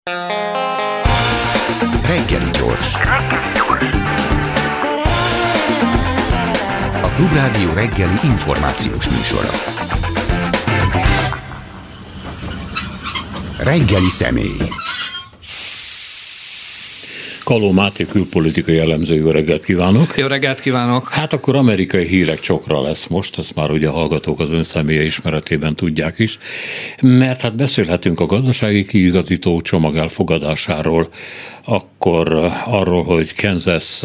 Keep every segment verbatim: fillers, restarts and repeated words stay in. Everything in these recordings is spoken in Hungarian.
Reggeli gyors. A Klubrádió reggeli információs műsora. Reggeli személy. Kaló Máté külpolitikai elemző, jó reggelt kívánok! Jó reggelt kívánok! Hát akkor amerikai hírek csokra lesz most, ezt már ugye a hallgatók az ön személye ismeretében tudják is, mert hát beszélhetünk a gazdasági kiigazító csomag elfogadásáról, akkor arról, hogy Kansas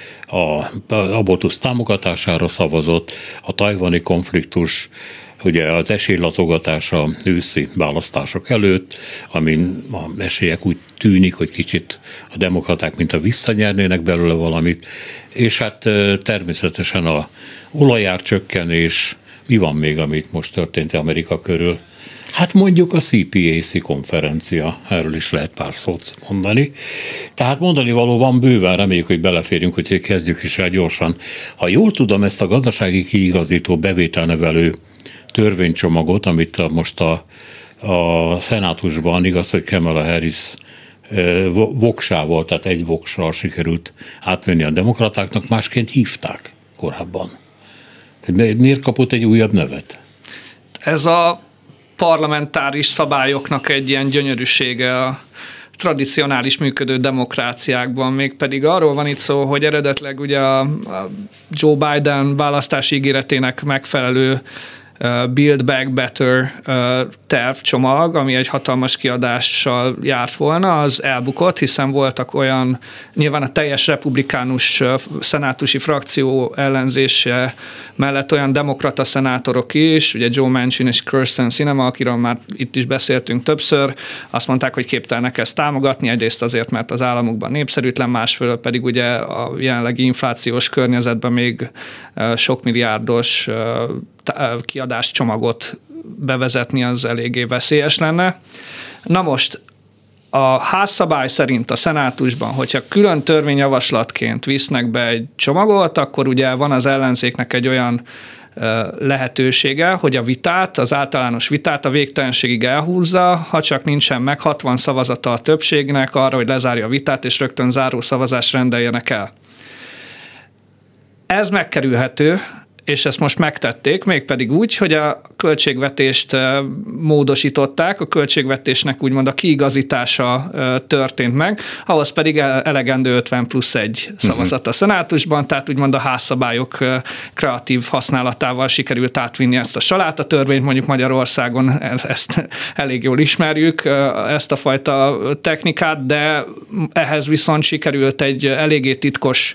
a abortusz támogatására szavazott, a tajvani konfliktus, ugye az esélylatogatása őszi választások előtt, amin a esélyek úgy tűnik, hogy kicsit a demokraták mint a visszanyernének belőle valamit, és hát természetesen a olajár csökkenés, mi van még, amit most történt Amerika körül? Hát mondjuk a cé pé á cé konferencia, erről is lehet pár szót mondani. Tehát mondani való van bőven, reméljük, hogy beleférünk, hogy kezdjük is el gyorsan. Ha jól tudom, ezt a gazdasági kiigazító bevételnevelő törvénycsomagot, amit a, most a, a szenátusban, igaz, hogy Kamala Harris voksával, tehát egy voksal sikerült átvenni a demokratáknak, másként hívták korábban. Miért kapott egy újabb nevet? Ez a parlamentáris szabályoknak egy ilyen gyönyörűsége a tradicionális működő demokráciákban, mégpedig arról van itt szó, hogy eredetleg ugye a Joe Biden választási ígéretének megfelelő Build Back Better tervcsomag, ami egy hatalmas kiadással járt volna, az elbukott, hiszen voltak olyan, nyilván a teljes republikánus szenátusi frakció ellenzése mellett olyan demokrata szenátorok is, ugye Joe Manchin és Kyrsten Sinema, akiről már itt is beszéltünk többször, azt mondták, hogy képtelenek ezt támogatni, egyrészt azért, mert az államukban népszerűtlen, másfelől pedig ugye a jelenlegi inflációs környezetben még sok milliárdos kiadáscsomagot bevezetni az eléggé veszélyes lenne. Na most a házszabály szerint a szenátusban, hogyha külön törvényjavaslatként visznek be egy csomagot, akkor ugye van az ellenzéknek egy olyan lehetősége, hogy a vitát, az általános vitát a végtelenségig elhúzza, ha csak nincsen meg hatvan szavazata a többségnek arra, hogy lezárja a vitát, és rögtön záró szavazást rendeljenek el. Ez megkerülhető, és ezt most megtették, mégpedig úgy, hogy a költségvetést módosították, a költségvetésnek úgymond a kiigazítása történt meg, ahhoz pedig elegendő ötven plusz egy szavazat a szenátusban, tehát úgymond a házszabályok kreatív használatával sikerült átvinni ezt a salátatörvényt, mondjuk Magyarországon ezt elég jól ismerjük, ezt a fajta technikát, de ehhez viszont sikerült egy eléggé titkos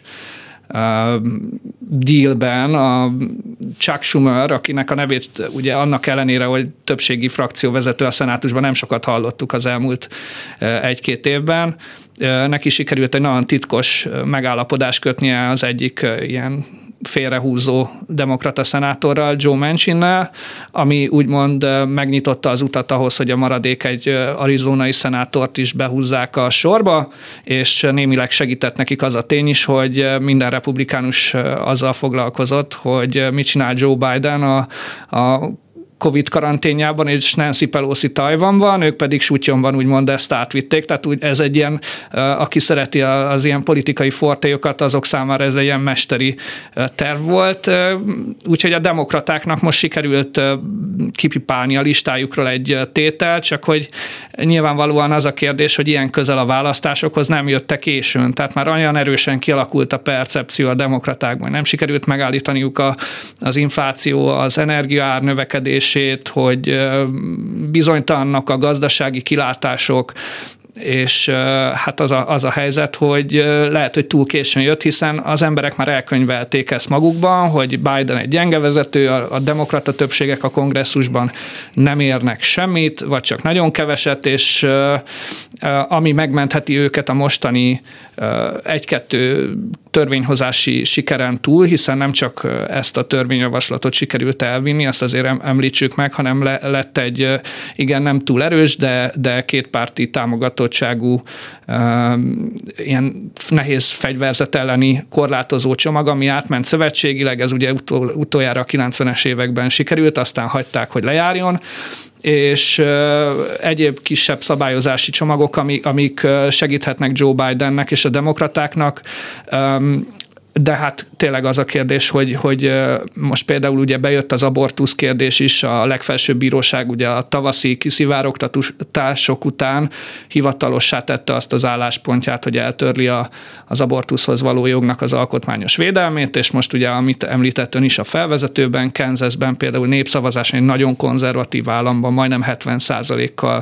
dealben a Chuck Schumer, akinek a nevét ugye annak ellenére, hogy többségi frakcióvezető a szenátusban, nem sokat hallottuk az elmúlt egy-két évben, neki sikerült egy nagyon titkos megállapodást kötnie az egyik ilyen félrehúzó demokrata szenátorral, Joe Manchinnel, ami úgymond megnyitotta az utat ahhoz, hogy a maradék egy arizonai szenátort is behúzzák a sorba, és némileg segített nekik az a tény is, hogy minden republikánus azzal foglalkozott, hogy mit csinál Joe Biden a, a Covid karanténjában, és Nancy Pelosi Tajvanban, ők pedig Sutyonban úgymond ezt átvitték, tehát úgy ez egy ilyen, aki szereti az ilyen politikai fortélyokat, azok számára ez egy ilyen mesteri terv volt, úgyhogy a demokratáknak most sikerült kipipálni a listájukról egy tételt, csak hogy nyilvánvalóan az a kérdés, hogy ilyen közel a választásokhoz nem jöttek későn, tehát már olyan erősen kialakult a percepció a demokratákban, nem sikerült megállítaniuk a, az infláció, az energiaár növekedés, hogy bizonytalannak a gazdasági kilátások, és hát az a, az a helyzet, hogy lehet, hogy túl későn jött, hiszen az emberek már elkönyvelték ezt magukban, hogy Biden egy gyenge vezető, a, a demokrata többségek a kongresszusban nem érnek semmit, vagy csak nagyon keveset, és ami megmentheti őket a mostani egy-kettő törvényhozási sikeren túl, hiszen nem csak ezt a törvényjavaslatot sikerült elvinni, azt azért említsük meg, hanem le, lett egy igen nem túl erős, de, de kétpárti támogatottságú ilyen nehéz fegyverzet elleni korlátozó csomag, ami átment szövetségileg, ez ugye utol, utoljára a kilencvenes években sikerült, aztán hagyták, hogy lejárjon, és egyéb kisebb szabályozási csomagok, amik segíthetnek Joe Bidennek és a demokratáknak. De hát tényleg az a kérdés, hogy, hogy most például ugye bejött az abortusz kérdés is, a legfelsőbb bíróság ugye a tavaszi kiszivárogtatások után hivatalossá tette azt az álláspontját, hogy eltörli a, az abortuszhoz való jognak az alkotmányos védelmét, és most ugye, amit említett ön is a felvezetőben, Kansasben például népszavazáson egy nagyon konzervatív államban majdnem hetven százalékkal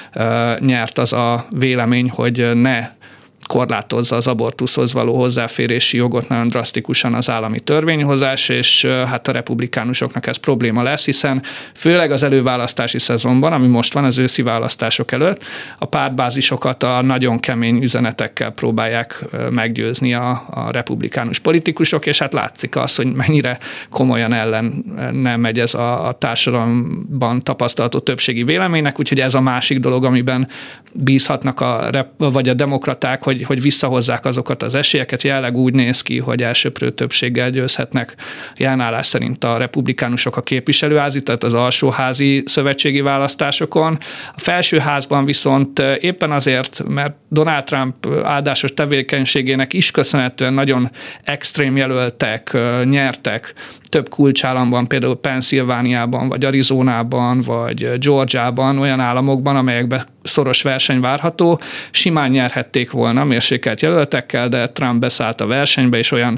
nyert az a vélemény, hogy ne korlátozza az abortuszhoz való hozzáférési jogot nagyon drasztikusan az állami törvényhozás, és hát a republikánusoknak ez probléma lesz, hiszen főleg az előválasztási szezonban, ami most van az őszi választások előtt, a pártbázisokat a nagyon kemény üzenetekkel próbálják meggyőzni a, a republikánus politikusok, és hát látszik az, hogy mennyire komolyan ellen nem megy ez a, a társadalomban tapasztalható többségi véleménynek, úgyhogy ez a másik dolog, amiben bízhatnak a, vagy a demokraták, hogy, hogy visszahozzák azokat az esélyeket. Jelenleg úgy néz ki, hogy elsöprő többséggel győzhetnek jelenállás szerint a republikánusok a képviselőházi, tehát az alsóházi szövetségi választásokon. A felsőházban viszont éppen azért, mert Donald Trump áldásos tevékenységének is köszönhetően nagyon extrém jelöltek nyertek több kulcsállamban, például Pennsylvániában, vagy Arizonában, vagy Georgiában, olyan államokban, amelyekben szoros verseny várható, simán nyerhették volna mérsékelt jelöltekkel, de Trump beszállt a versenybe, és olyan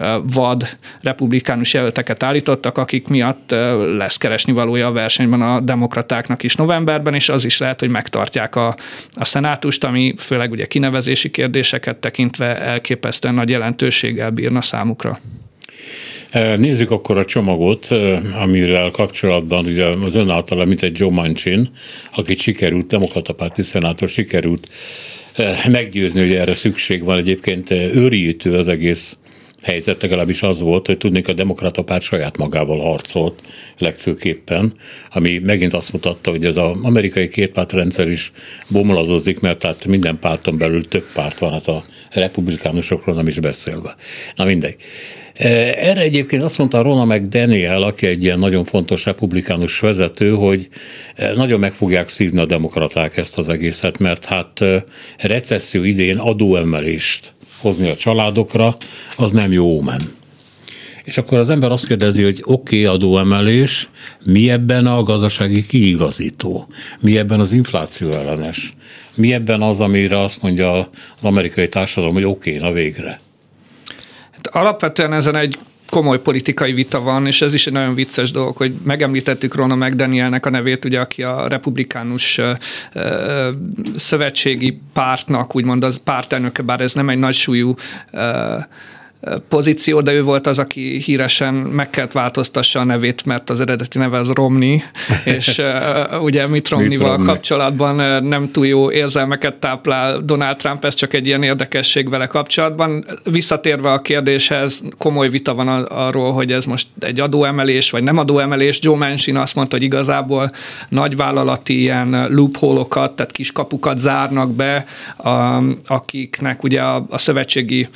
vad republikánus jelölteket állítottak, akik miatt lesz keresni valója a versenyben a demokratáknak is novemberben, és az is lehet, hogy megtartják a, a szenátust, ami főleg ugye kinevezési kérdéseket tekintve elképesztően nagy jelentőséggel bírna számukra. Nézzük akkor a csomagot, amivel kapcsolatban ugye az ön által említett Joe Manchin, akit sikerült, demokrata párti szenátor sikerült meggyőzni, hogy erre szükség van. Egyébként őrjítő az egész helyzet, legalábbis az volt, hogy tudnék, a demokrata párt saját magával harcolt legfőképpen, ami megint azt mutatta, hogy ez az amerikai kétpártrendszer is bomladozik, mert tehát minden párton belül több párt van, hát a republikánusokról nem is beszélve. Na mindegy. Erre egyébként azt mondta Ronna McDaniel, aki egy ilyen nagyon fontos republikánus vezető, hogy nagyon meg fogják szívni a demokraták ezt az egészet, mert hát recesszió idején adóemelést hozni a családokra, az nem jó omen. És akkor az ember azt kérdezi, hogy oké, okay, adóemelés, mi ebben a gazdasági kiigazító? Mi ebben az infláció ellenes? Mi ebben az, amire azt mondja az amerikai társadalom, hogy oké, okay, na végre? Hát alapvetően ezen egy komoly politikai vita van, és ez is egy nagyon vicces dolog, hogy megemlítettük Ronna McDanielnek a nevét, ugye, aki a republikánus ö, ö, szövetségi pártnak, úgymond az pártelnöke, bár ez nem egy nagy súlyú ö, pozíció, de ő volt az, aki híresen meg kellett változtassa a nevét, mert az eredeti neve az Romney, és uh, ugye Mitt Romneyval kapcsolatban nem túl jó érzelmeket táplál Donald Trump, ez csak egy ilyen érdekesség vele kapcsolatban. Visszatérve a kérdéshez, komoly vita van arról, hogy ez most egy adóemelés, vagy nem adóemelés. Joe Manchin azt mondta, hogy igazából nagyvállalati ilyen loophole-okat, tehát kiskapukat zárnak be, akiknek ugye a, a szövetségi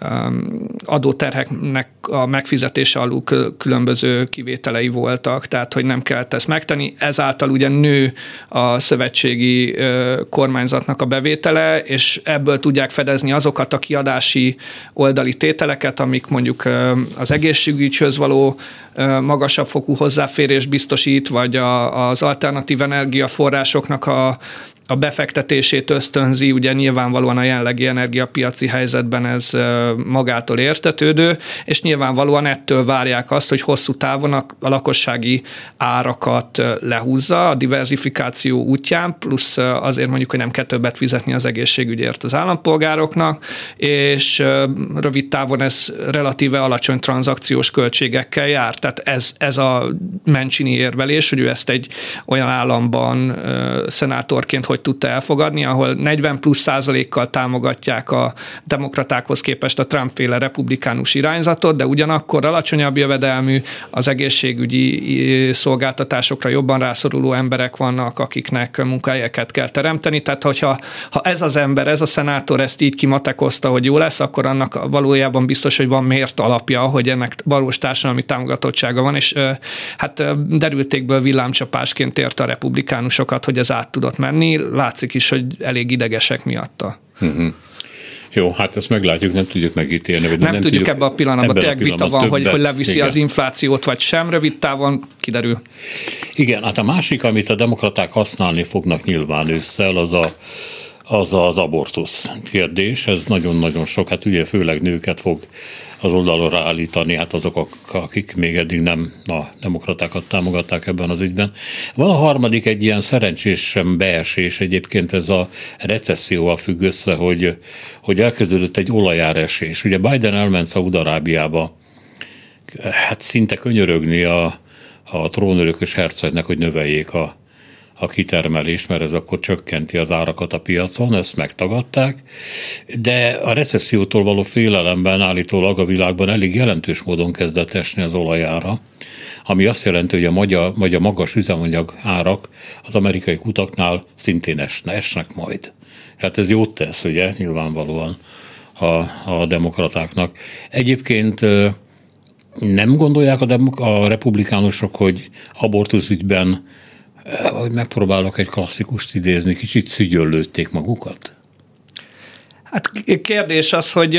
adóterheknek a megfizetése alul különböző kivételei voltak, tehát hogy nem kellett ezt megtenni. Ezáltal ugye nő a szövetségi kormányzatnak a bevétele, és ebből tudják fedezni azokat a kiadási oldali tételeket, amik mondjuk az egészségügyhöz való magasabb fokú hozzáférés biztosít, vagy a, az alternatív energiaforrásoknak a a befektetését ösztönzi, ugye nyilvánvalóan a jelenlegi energiapiaci helyzetben ez magától értetődő, és nyilvánvalóan ettől várják azt, hogy hosszú távon a lakossági árakat lehúzza a diverzifikáció útján, plusz azért mondjuk, hogy nem kell többet fizetni az egészségügyért az állampolgároknak, és rövid távon ez relatíve alacsony tranzakciós költségekkel jár. Tehát ez, ez a Manchini érvelés, hogy ő ezt egy olyan államban szenátorként hogy tudta elfogadni, ahol negyven plusz százalékkal támogatják a demokratákhoz képest a Trump-féle republikánus irányzatot, de ugyanakkor alacsonyabb jövedelmű, az egészségügyi szolgáltatásokra jobban rászoruló emberek vannak, akiknek munkahelyeket kell teremteni. Tehát, hogyha ha ez az ember, ez a szenátor ezt így kimatekozta, hogy jó lesz, akkor annak valójában biztos, hogy van mért alapja, hogy ennek valós társadalmi támogatottsága van, és hát derültékből villámcsapásként érte a republikánusokat, hogy ez át tudott menni. Látszik is, hogy elég idegesek miatta. Uh-huh. Jó, hát ezt meglátjuk, nem tudjuk megítélni. Nem, nem tudjuk, tudjuk ebben a pillanatban, tényleg vita van, hogy, hogy leviszi igen. az inflációt, vagy sem, rövid távon kiderül. Igen, hát a másik, amit a demokraták használni fognak nyilván ősszel, az a az az abortusz kérdés. Ez nagyon-nagyon sok, hát ugye főleg nőket fog az oldalra állítani, hát azok, akik még eddig nem a demokratákat támogatták ebben az ügyben. Van a harmadik egy ilyen szerencsés beesés, egyébként ez a recesszióval függ össze, hogy, hogy elkezdődött egy olajáresés. Ugye Biden elment Szaúd-Arábiába, hát szinte könyörögni a, a trónörökös hercegnek, hogy növeljék a a kitermelést, mert ez akkor csökkenti az árakat a piacon, ezt megtagadták, de a recessziótól való félelemben állítólag a világban elég jelentős módon kezdett esni az olajára, ami azt jelenti, hogy a, magyar, vagy a magas üzemanyag árak az amerikai kutaknál szintén esne, esnek majd. Hát ez jót tesz, ugye, nyilvánvalóan a, a demokratáknak. Egyébként nem gondolják a, demok- a republikánusok, hogy abortuszügyben, hogy megpróbálok egy klasszikust idézni, kicsit szügyöllődték magukat? Hát kérdés az, hogy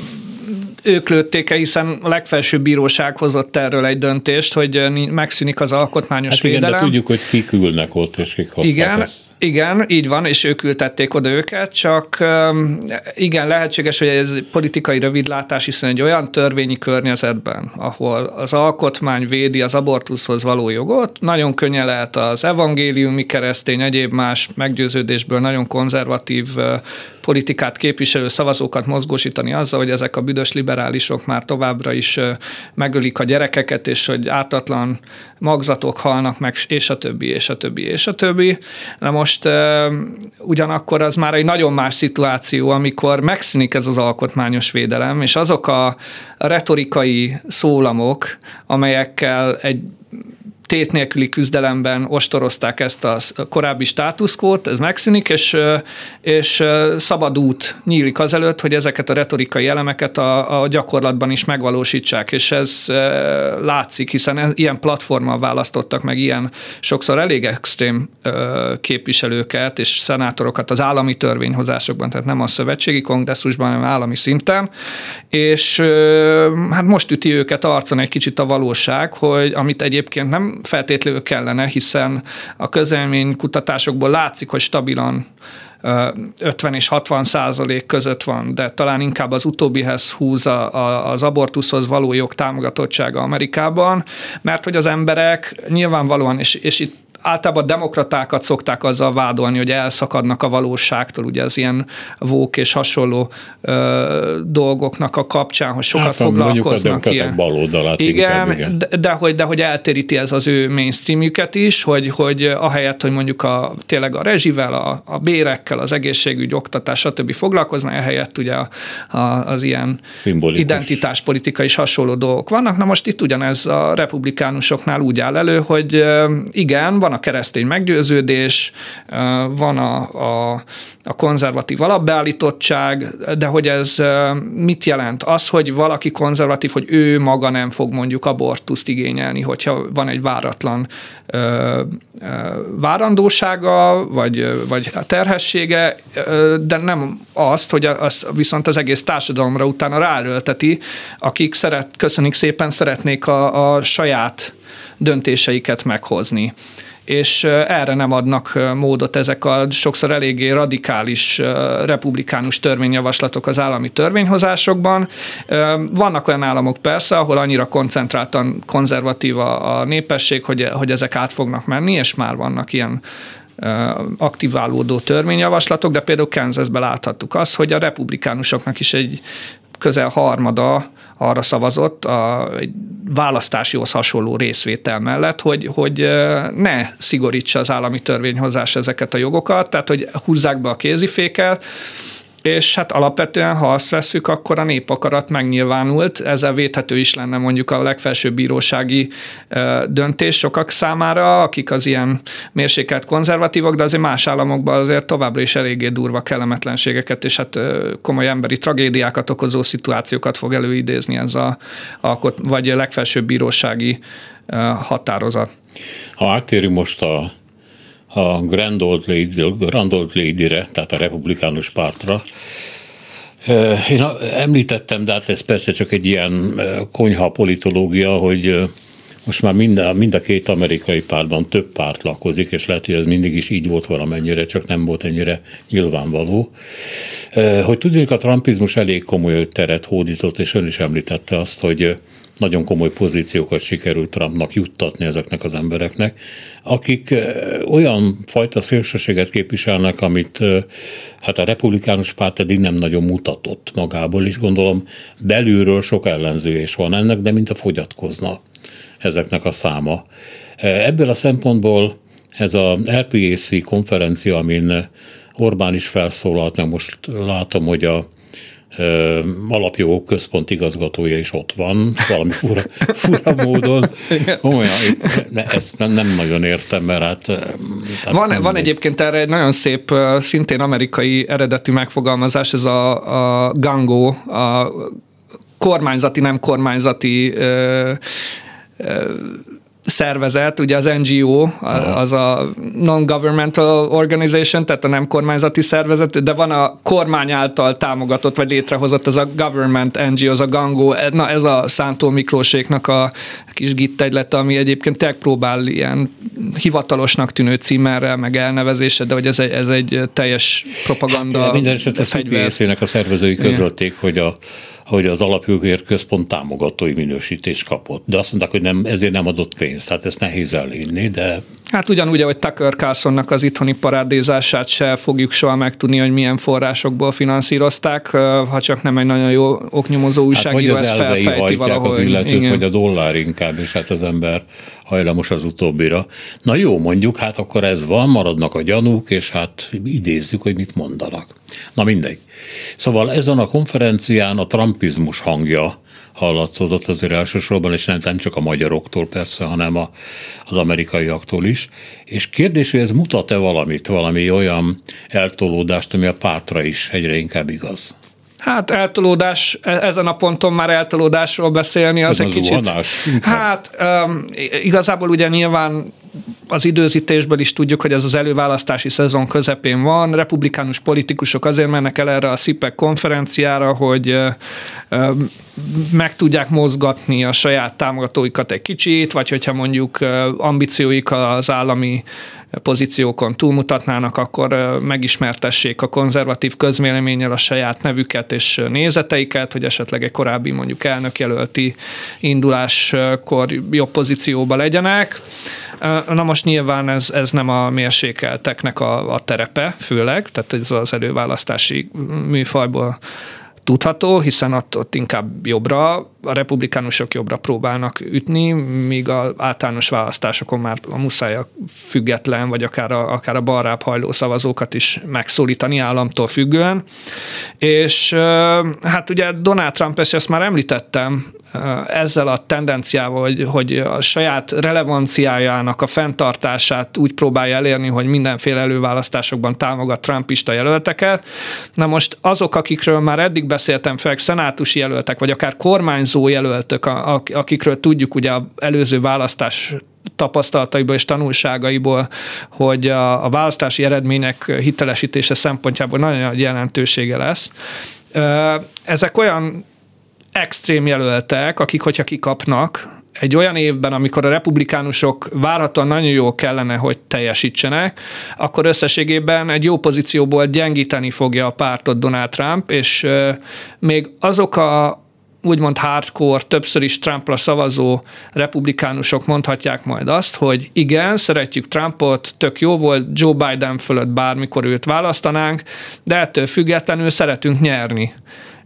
ők lőtték-e, hiszen a legfelsőbb bíróság hozott erről egy döntést, hogy megszűnik az alkotmányos hát igen, védelem. De tudjuk, hogy kik ülnek ott, és kik hozták igen, ezt. Igen, így van, és ők ültették oda őket, csak igen, lehetséges, hogy ez politikai rövidlátás, hiszen egy olyan törvényi környezetben, ahol az alkotmány védi az abortuszhoz való jogot, nagyon könnyen lehet az evangéliumi keresztény, egyéb más meggyőződésből nagyon konzervatív politikát képviselő szavazókat mozgósítani azzal, hogy ezek a büdös liberálisok már továbbra is megölik a gyerekeket, és hogy ártatlan magzatok halnak meg, és a többi, és a többi, és a többi. Na most ugyanakkor az már egy nagyon más szituáció, amikor megszűnik ez az alkotmányos védelem, és azok a retorikai szólamok, amelyekkel egy tét nélküli küzdelemben ostorozták ezt a korábbi státuszkót, ez megszűnik, és, és szabad út nyílik azelőtt, hogy ezeket a retorikai elemeket a, a gyakorlatban is megvalósítsák, és ez látszik, hiszen ilyen platformmal választottak meg ilyen sokszor elég extrém képviselőket és szenátorokat az állami törvényhozásokban, tehát nem a szövetségi kongresszusban, hanem állami szinten, és hát most üti őket arcon egy kicsit a valóság, hogy amit egyébként nem feltétlenül kellene, hiszen a közvélemény kutatásokból látszik, hogy stabilan ötven és hatvan százalék között van, de talán inkább az utóbbihez húz a, a, az abortuszhoz való jog támogatottsága Amerikában, mert hogy az emberek nyilvánvalóan, és, és itt általában demokratákat szokták azzal vádolni, hogy elszakadnak a valóságtól, ugye az ilyen vók és hasonló ö, dolgoknak a kapcsán, hogy sokat hát, foglalkoznak ilyen. Baloldalát igen, inkább, igen. De, de, hogy, de hogy eltéríti ez az ő mainstreamjüket is, hogy, hogy ahelyett, hogy mondjuk a, tényleg a rezsivel, a, a bérekkel, az egészségügy, oktatás, stb. Foglalkozna, ehelyett ugye a, a, az ilyen szimbolikus identitáspolitika és hasonló dolgok vannak. Na most itt ugyanez a republikánusoknál úgy áll elő, hogy igen, van a keresztény meggyőződés, van a, a, a konzervatív alapbeállítottság, de hogy ez mit jelent? Az, hogy valaki konzervatív, hogy ő maga nem fog mondjuk abortuszt igényelni, hogyha van egy váratlan ö, ö, várandósága, vagy, vagy terhessége, ö, de nem azt, hogy az viszont az egész társadalomra utána ráerőlteti, akik szeret, köszönik szépen, szeretnék a, a saját döntéseiket meghozni. És erre nem adnak módot ezek a sokszor eléggé radikális republikánus törvényjavaslatok az állami törvényhozásokban. Vannak olyan államok persze, ahol annyira koncentráltan konzervatív a népesség, hogy, hogy ezek át fognak menni, és már vannak ilyen aktiválódó törvényjavaslatok, de például Kansasben láthattuk azt, hogy a republikánusoknak is egy közel harmada arra szavazott a egy választásihoz hasonló részvétel mellett, hogy, hogy ne szigorítsa az állami törvényhozás ezeket a jogokat, tehát hogy húzzák be a kéziféket, és hát alapvetően, ha azt vesszük, akkor a népakarat megnyilvánult, ezzel védhető is lenne mondjuk a legfelsőbb bírósági döntés sokak számára, akik az ilyen mérsékelt konzervatívok, de azért más államokban azért továbbra is eléggé durva kellemetlenségeket, és hát komoly emberi tragédiákat okozó szituációkat fog előidézni ez a, a vagy a legfelsőbb bírósági határozat. Ha áttérünk most a a Grand Old Lady, Grand Old Lady-re, tehát a republikánus pártra. Én említettem, de hát ez persze csak egy ilyen konyha politológia, hogy most már mind a, mind a két amerikai pártban több párt lakozik, és lehet, hogy ez mindig is így volt valamennyire, csak nem volt ennyire nyilvánvaló. Hogy tudjuk, a trumpizmus elég komoly teret hódított, és ön is említette azt, hogy nagyon komoly pozíciókat sikerült Trumpnak juttatni ezeknek az embereknek, akik olyan fajta szélsőséget képviselnek, amit hát a republikánus párt eddig nem nagyon mutatott magából, és gondolom belülről sok ellenzője is van ennek, de mint a fogyatkozna ezeknek a száma. Ebből a szempontból ez a er pé á cé konferencia, amin Orbán is felszólalt, meg most látom, hogy a alapjogok központ igazgatója is ott van, valami fura, fura módon. Olyan, ne, ezt nem, nem nagyon értem, mert hát... Van, van egyébként erre egy nagyon szép, szintén amerikai eredetű megfogalmazás, ez a, a Gango, a kormányzati, nem kormányzati ö, ö, szervezet, ugye az en gé o, az a non-governmental organization, tehát a nem kormányzati szervezet, de van a kormány által támogatott, vagy létrehozott, az a government en gé o, az a Gango, na ez a Szántó Miklóséknak a kis gittegylet, ami egyébként tényleg próbál ilyen hivatalosnak tűnő címerrel, meg elnevezése, de hogy ez egy, ez egy teljes propaganda hát, minden esetre a er pé á cének a szervezői közölték, hogy a hogy az alapjogért központ támogatói minősítést kapott. De azt mondták, hogy nem, ezért nem adott pénzt, tehát ezt nehéz elhinni, de... Hát ugyanúgy, ahogy Tucker Carlsonnak az itthoni parádézását se fogjuk soha megtudni, hogy milyen forrásokból finanszírozták, ha csak nem egy nagyon jó oknyomozó újságíró, hát, ezt felfejti valahogy. Az illetőt, vagy a dollár inkább, és hát az ember hajlamos az utóbbira. Na jó, mondjuk, hát akkor ez van, maradnak a gyanúk, és hát idézzük, hogy mit mondanak. Na mindegy. Szóval ezen a konferencián a trumpizmus hangja hallatszódott azért elsősorban, és nem, nem csak a magyaroktól persze, hanem a, az amerikaiaktól is. És kérdés, hogy ez mutat-e valamit, valami olyan eltolódást, ami a pártra is egyre inkább igaz? Hát eltolódás, ezen a ponton már eltolódásról beszélni, az ez egy kicsit... Zuhanás. Hát um, igazából ugye nyilván az időzítésből is tudjuk, hogy ez az előválasztási szezon közepén van. Republikánus politikusok azért mennek el erre a szipek konferenciára, hogy uh, meg tudják mozgatni a saját támogatóikat egy kicsit, vagy hogyha mondjuk uh, ambícióik az állami pozíciókon túlmutatnának, akkor megismertessék a konzervatív közvéleménnyel a saját nevüket és nézeteiket, hogy esetleg egy korábbi mondjuk elnökjelölti induláskor jobb pozícióba legyenek. Na most nyilván ez, ez nem a mérsékelteknek a, a terepe, főleg, tehát ez az előválasztási műfajból tudható, hiszen ott, ott inkább jobbra, a republikánusok jobbra próbálnak ütni, míg az általános választásokon már a muszáj a független, vagy akár a, akár a balrább hajló szavazókat is megszólítani államtól függően. És hát ugye Donald Trump, ezt már említettem, ezzel a tendenciával, hogy, hogy a saját relevanciájának a fenntartását úgy próbálja elérni, hogy mindenféle előválasztásokban támogat trumpista jelölteket. Na most azok, akikről már eddig beszéltem, főleg szenátusi jelöltek, vagy akár kormányzó jelöltök, akikről tudjuk ugye az előző választás tapasztalataiból és tanulságaiból, hogy a, a választási eredmények hitelesítése szempontjából nagyon nagy jelentősége lesz. Ezek olyan extrém jelöltek, akik, hogyha kikapnak egy olyan évben, amikor a republikánusok várhatóan nagyon jól kellene, hogy teljesítsenek, akkor összességében egy jó pozícióból gyengíteni fogja a pártot Donald Trump, és még azok a úgymond hardcore, többször is Trumpra szavazó republikánusok mondhatják majd azt, hogy igen, szeretjük Trumpot, tök jó volt, Joe Biden fölött bármikor őt választanánk, de ettől függetlenül szeretünk nyerni.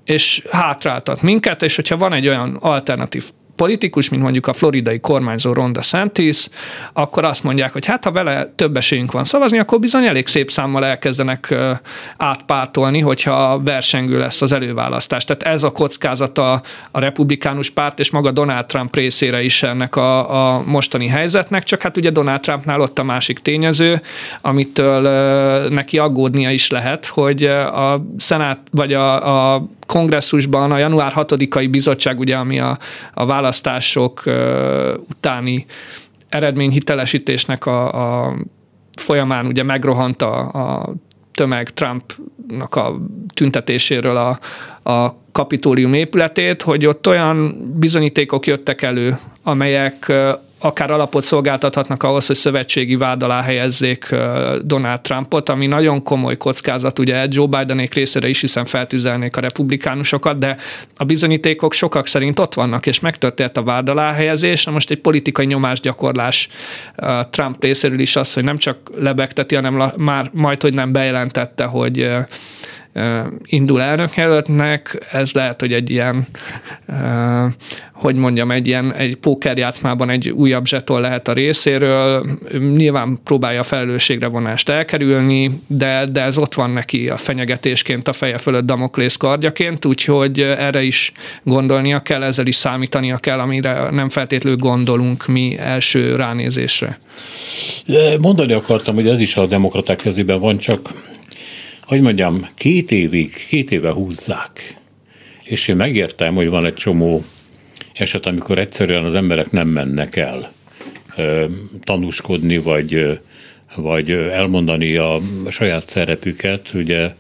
és hátráltat minket, és hogyha van egy olyan alternatív politikus, mint mondjuk a floridai kormányzó Ron DeSantis, akkor azt mondják, hogy hát ha vele több esélyünk van szavazni, akkor bizony elég szép számmal elkezdenek átpártolni, hogyha versengő lesz az előválasztás. Tehát ez a kockázata a republikánus párt és maga Donald Trump részére is ennek a, a mostani helyzetnek, csak hát ugye Donald Trumpnál ott a másik tényező, amitől neki aggódnia is lehet, hogy a szenát, vagy a, a kongresszusban a január hatodikai bizottság, ugye, ami a, a választások uh, utáni eredményhitelesítésnek a, a folyamán ugye megrohant a, a tömeg Trumpnak a tüntetéséről a, a Kapitólium épületét, hogy ott olyan bizonyítékok jöttek elő, amelyek uh, akár alapot szolgáltathatnak ahhoz, hogy szövetségi vád alá helyezzék Donald Trumpot, ami nagyon komoly kockázat, ugye Joe Bidenék részére is, hiszen feltüzelnék a republikánusokat, de a bizonyítékok sokak szerint ott vannak, és megtörtént a vád alá helyezés. Na most egy politikai nyomásgyakorlás Trump részéről is az, hogy nem csak lebegteti, hanem már majd, hogy nem bejelentette, hogy indul elnökjelöltnek, ez lehet, hogy egy ilyen, hogy mondjam, egy ilyen egy pókerjátszmában egy újabb zseton lehet a részéről. Nyilván próbálja a felelősségre vonást elkerülni, de, de ez ott van neki a fenyegetésként a feje fölött Damoklész kardjaként, úgyhogy erre is gondolnia kell, ezzel is számítania kell, amire nem feltétlenül gondolunk mi első ránézésre. Mondani akartam, hogy ez is a demokraták kezében van, csak hogy mondjam, két évig, két éve húzzák. És én megértem, hogy van egy csomó eset, amikor egyszerűen az emberek nem mennek el tanúskodni, vagy, vagy elmondani a saját szerepüket. Ugye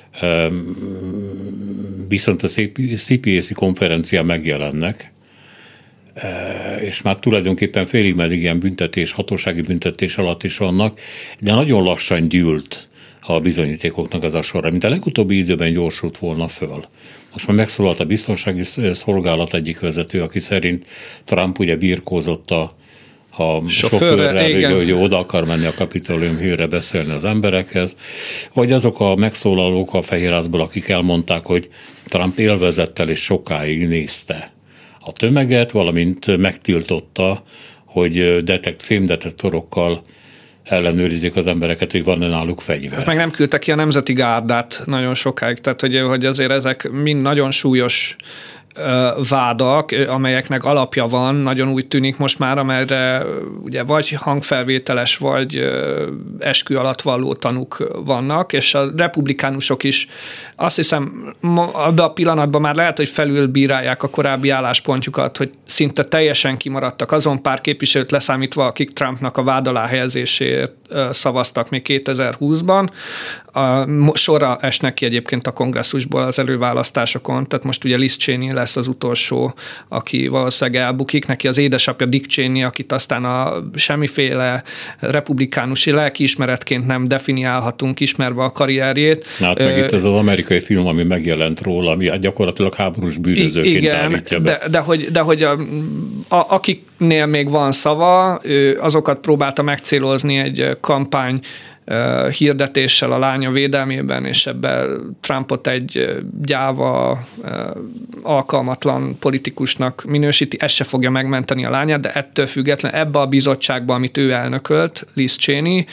viszont a cé pé á cé konferencián megjelennek, és már tulajdonképpen félig meddig ilyen büntetés, hatósági büntetés alatt is vannak, de nagyon lassan gyűlt a bizonyítékoknak az a sorra, mint a legutóbbi időben gyorsult volna föl. Most már megszólalt a biztonsági szolgálat egyik vezető, aki szerint Trump ugye birkózott a, a sofőrrel, hogy, hogy oda akar menni a Kapitolium hírre beszélni az emberekhez, vagy azok a megszólalók a Fehérházból, akik elmondták, hogy Trump élvezettel és sokáig nézte a tömeget, valamint megtiltotta, hogy detekt, fémdetektorokkal ellenőrizik az embereket, hogy van-e náluk fegyver. Meg nem küldtek ki a Nemzeti Gárdát nagyon sokáig, tehát hogy, hogy azért ezek mind nagyon súlyos vádak, amelyeknek alapja van, nagyon úgy tűnik most már, amelyre ugye vagy hangfelvételes, vagy eskü alatt valló tanúk vannak, és a republikánusok is azt hiszem, abban a pillanatban már lehet, hogy felülbírálják a korábbi álláspontjukat, hogy szinte teljesen kimaradtak azon pár képviselőt leszámítva, akik Trumpnak a vád alá helyezésért szavaztak még kétezer-húszban. A sorra esnek ki egyébként a kongresszusból az előválasztásokon, tehát most ugye Liz Cheney lesz az utolsó, aki valószínűleg elbukik. Neki az édesapja Dick Cheney, akit aztán a semmiféle republikánusi lelkiismeretként nem definiálhatunk, ismerve a karrierjét. Hát meg itt ez az amerikai film, ami megjelent róla, ami gyakorlatilag háborús bűnözőként igen, állítja be. De, de hogy, de hogy a, a, akiknél még van szava, azokat próbálta megcélozni egy kampány hirdetéssel a lánya védelmében, és ebben Trumpot egy gyáva, alkalmatlan politikusnak minősíti, ez se fogja megmenteni a lányát, de ettől független ebbe a bizottságba, amit ő elnökölt, Liz Cheney,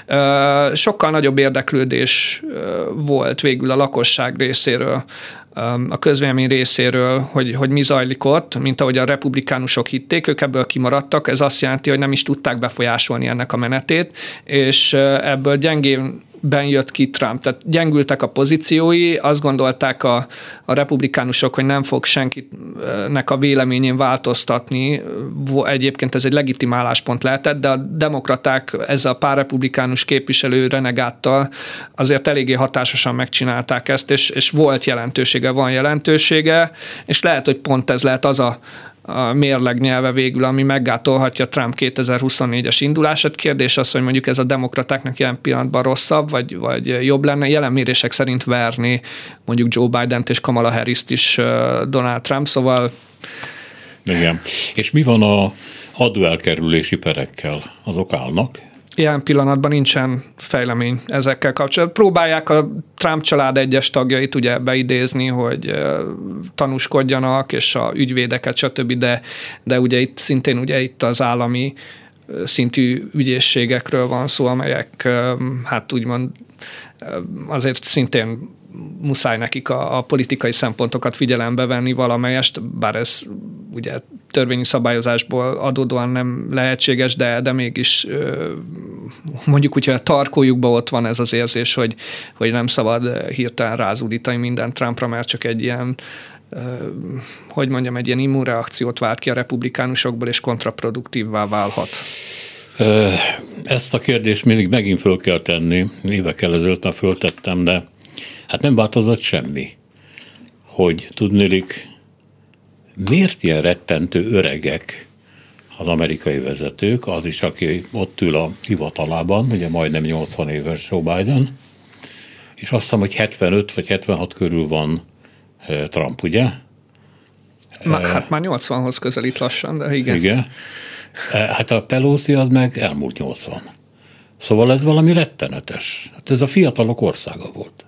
sokkal nagyobb érdeklődés volt végül a lakosság részéről, a közvélemény részéről, hogy, hogy mi zajlik ott, mint ahogy a republikánusok hitték, ők ebből kimaradtak, ez azt jelenti, hogy nem is tudták befolyásolni ennek a menetét, és ebből gyengén ben jött ki Trump. Tehát gyengültek a pozíciói, azt gondolták a, a republikánusok, hogy nem fog senkinek a véleményén változtatni. Egyébként ez egy legitim álláspont lehetett, de a demokraták ezzel a pár republikánus képviselő renegáttal azért eléggé hatásosan megcsinálták ezt, és, és volt jelentősége, van jelentősége, és lehet, hogy pont ez lehet az a a mérleg nyelve végül, ami meggátolhatja Trump kétezer-huszonnégyes indulását. Kérdés az, hogy mondjuk ez a demokratáknak jelen pillanatban rosszabb, vagy, vagy jobb lenne. Jelen mérések szerint verni mondjuk Joe Bident és Kamala Harrist is Donald Trump, szóval... Igen. És mi van a adóelkerülési perekkel? Azok állnak? Ilyen pillanatban nincsen fejlemény ezekkel kapcsolatban. Próbálják a Trump család egyes tagjait ugye beidézni, hogy tanúskodjanak, és a ügyvédeket, stb., de, de ugye itt szintén ugye itt az állami szintű ügyészségekről van szó, amelyek hát úgymond azért szintén muszáj nekik a, a politikai szempontokat figyelembe venni valamelyest, bár ez ugye törvényi szabályozásból adódóan nem lehetséges, de, de mégis mondjuk úgy, hogy a tarkójukban ott van ez az érzés, hogy, hogy nem szabad hirtelen rázúdítani minden Trumpra, mert csak egy ilyen hogy mondjam, egy ilyen immunreakciót vált ki a republikánusokból, és kontraproduktívvá válhat. Ezt a kérdést mindig megint föl kell tenni, évekkel ezelőtt már föltettem, de hát nem változott semmi, hogy tudnilik, miért ilyen rettentő öregek az amerikai vezetők, az is, aki ott ül a hivatalában, ugye majdnem nyolcvan éves Joe Biden, és azt hiszem, hogy hetvenöt vagy hetvenhat körül van Trump, ugye? Má, hát már nyolcvanhoz közelít lassan, de igen. Igen. Hát a Pelosi az meg elmúlt nyolcvan. Szóval ez valami rettenetes. Hát ez a fiatalok országa volt.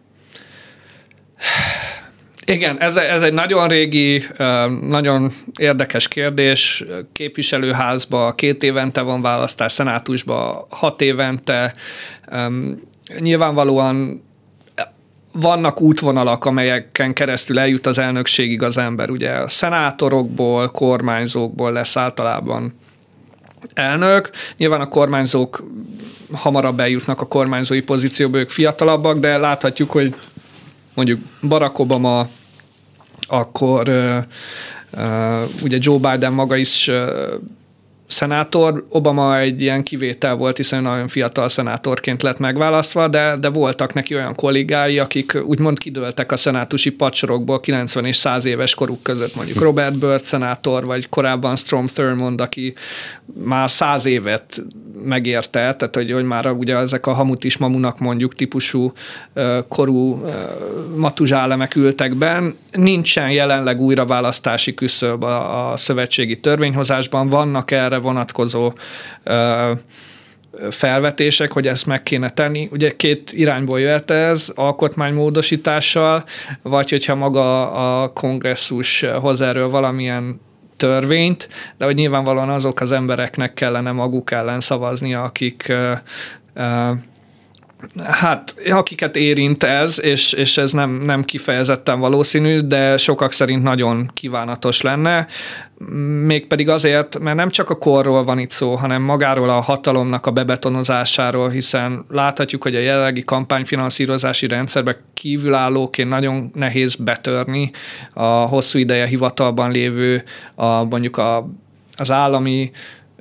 Igen, ez, ez egy nagyon régi, nagyon érdekes kérdés. Képviselőházba két évente van választás, szenátusba hat évente. Nyilvánvalóan vannak útvonalak, amelyeken keresztül eljut az elnökségig az ember. Ugye a szenátorokból, kormányzókból lesz általában elnök. Nyilván a kormányzók hamarabb eljutnak a kormányzói pozícióba, ők fiatalabbak, de láthatjuk, hogy mondjuk Barack Obama, akkor uh, uh, ugye Joe Biden maga is uh, szenátor. Obama egy ilyen kivétel volt, hiszen nagyon fiatal szenátorként lett megválasztva, de, de voltak neki olyan kollégái, akik úgymond kidőltek a szenátusi padsorokból kilencven és száz éves koruk között, mondjuk Robert Byrd szenátor, vagy korábban Strom Thurmond, aki már száz évet megérte, tehát hogy, hogy már ugye ezek a hamutis mamunak mondjuk típusú korú matuzsálemek ültek benn. Nincsen jelenleg újraválasztási küszöb a, a szövetségi törvényhozásban, vannak erre vonatkozó felvetések, hogy ezt meg kéne tenni. Ugye két irányból jöhet ez, alkotmánymódosítással, vagy hogyha maga a kongresszus hoz erről valamilyen törvényt, de hogy nyilvánvalóan azok az embereknek kellene maguk ellen szavaznia, akik hát, akiket érint ez, és, és ez nem, nem kifejezetten valószínű, de sokak szerint nagyon kívánatos lenne. Mégpedig azért, mert nem csak a korról van itt szó, hanem magáról a hatalomnak a bebetonozásáról, hiszen láthatjuk, hogy a jelenlegi kampányfinanszírozási rendszerbe kívülállóként nagyon nehéz betörni a hosszú ideje hivatalban lévő, a, mondjuk a, az állami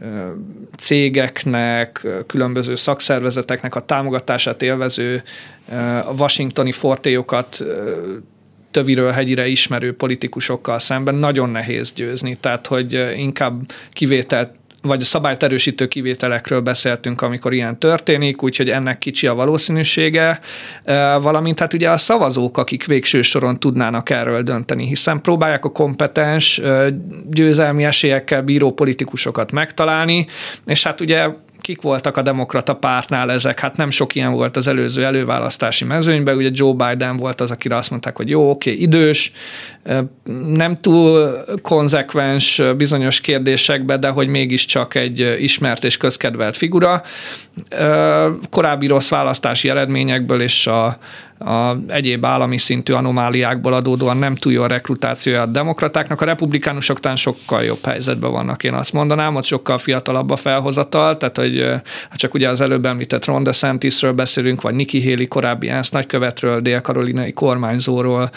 cégeknek, különböző szakszervezeteknek a támogatását élvező, a washingtoni fortélyokat töviről hegyire ismerő politikusokkal szemben nagyon nehéz győzni. Tehát, hogy inkább kivételt, vagy a szabályt erősítő kivételekről beszéltünk, amikor ilyen történik, úgyhogy ennek kicsi a valószínűsége, valamint hát ugye a szavazók, akik végső soron tudnának erről dönteni, hiszen próbálják a kompetens, győzelmi esélyekkel bíró politikusokat megtalálni, és hát ugye kik voltak a demokrata pártnál ezek? Hát nem sok ilyen volt az előző előválasztási mezőnyben, ugye Joe Biden volt az, akire azt mondták, hogy jó, oké, idős, nem túl konzekvens bizonyos kérdésekben, de hogy mégiscsak egy ismert és közkedvelt figura. Korábbi rossz választási eredményekből és a a egyéb állami szintű anomáliákból adódóan nem túl jó a rekrutációja a demokratáknak. A republikánusok talán sokkal jobb helyzetben vannak, én azt mondanám, ott sokkal fiatalabb a felhozatal, tehát hogy csak ugye az előbb említett Ron DeSantisről beszélünk, vagy Nikki Haley korábbi ENSZ nagykövetről, dél-karolinai kormányzóról,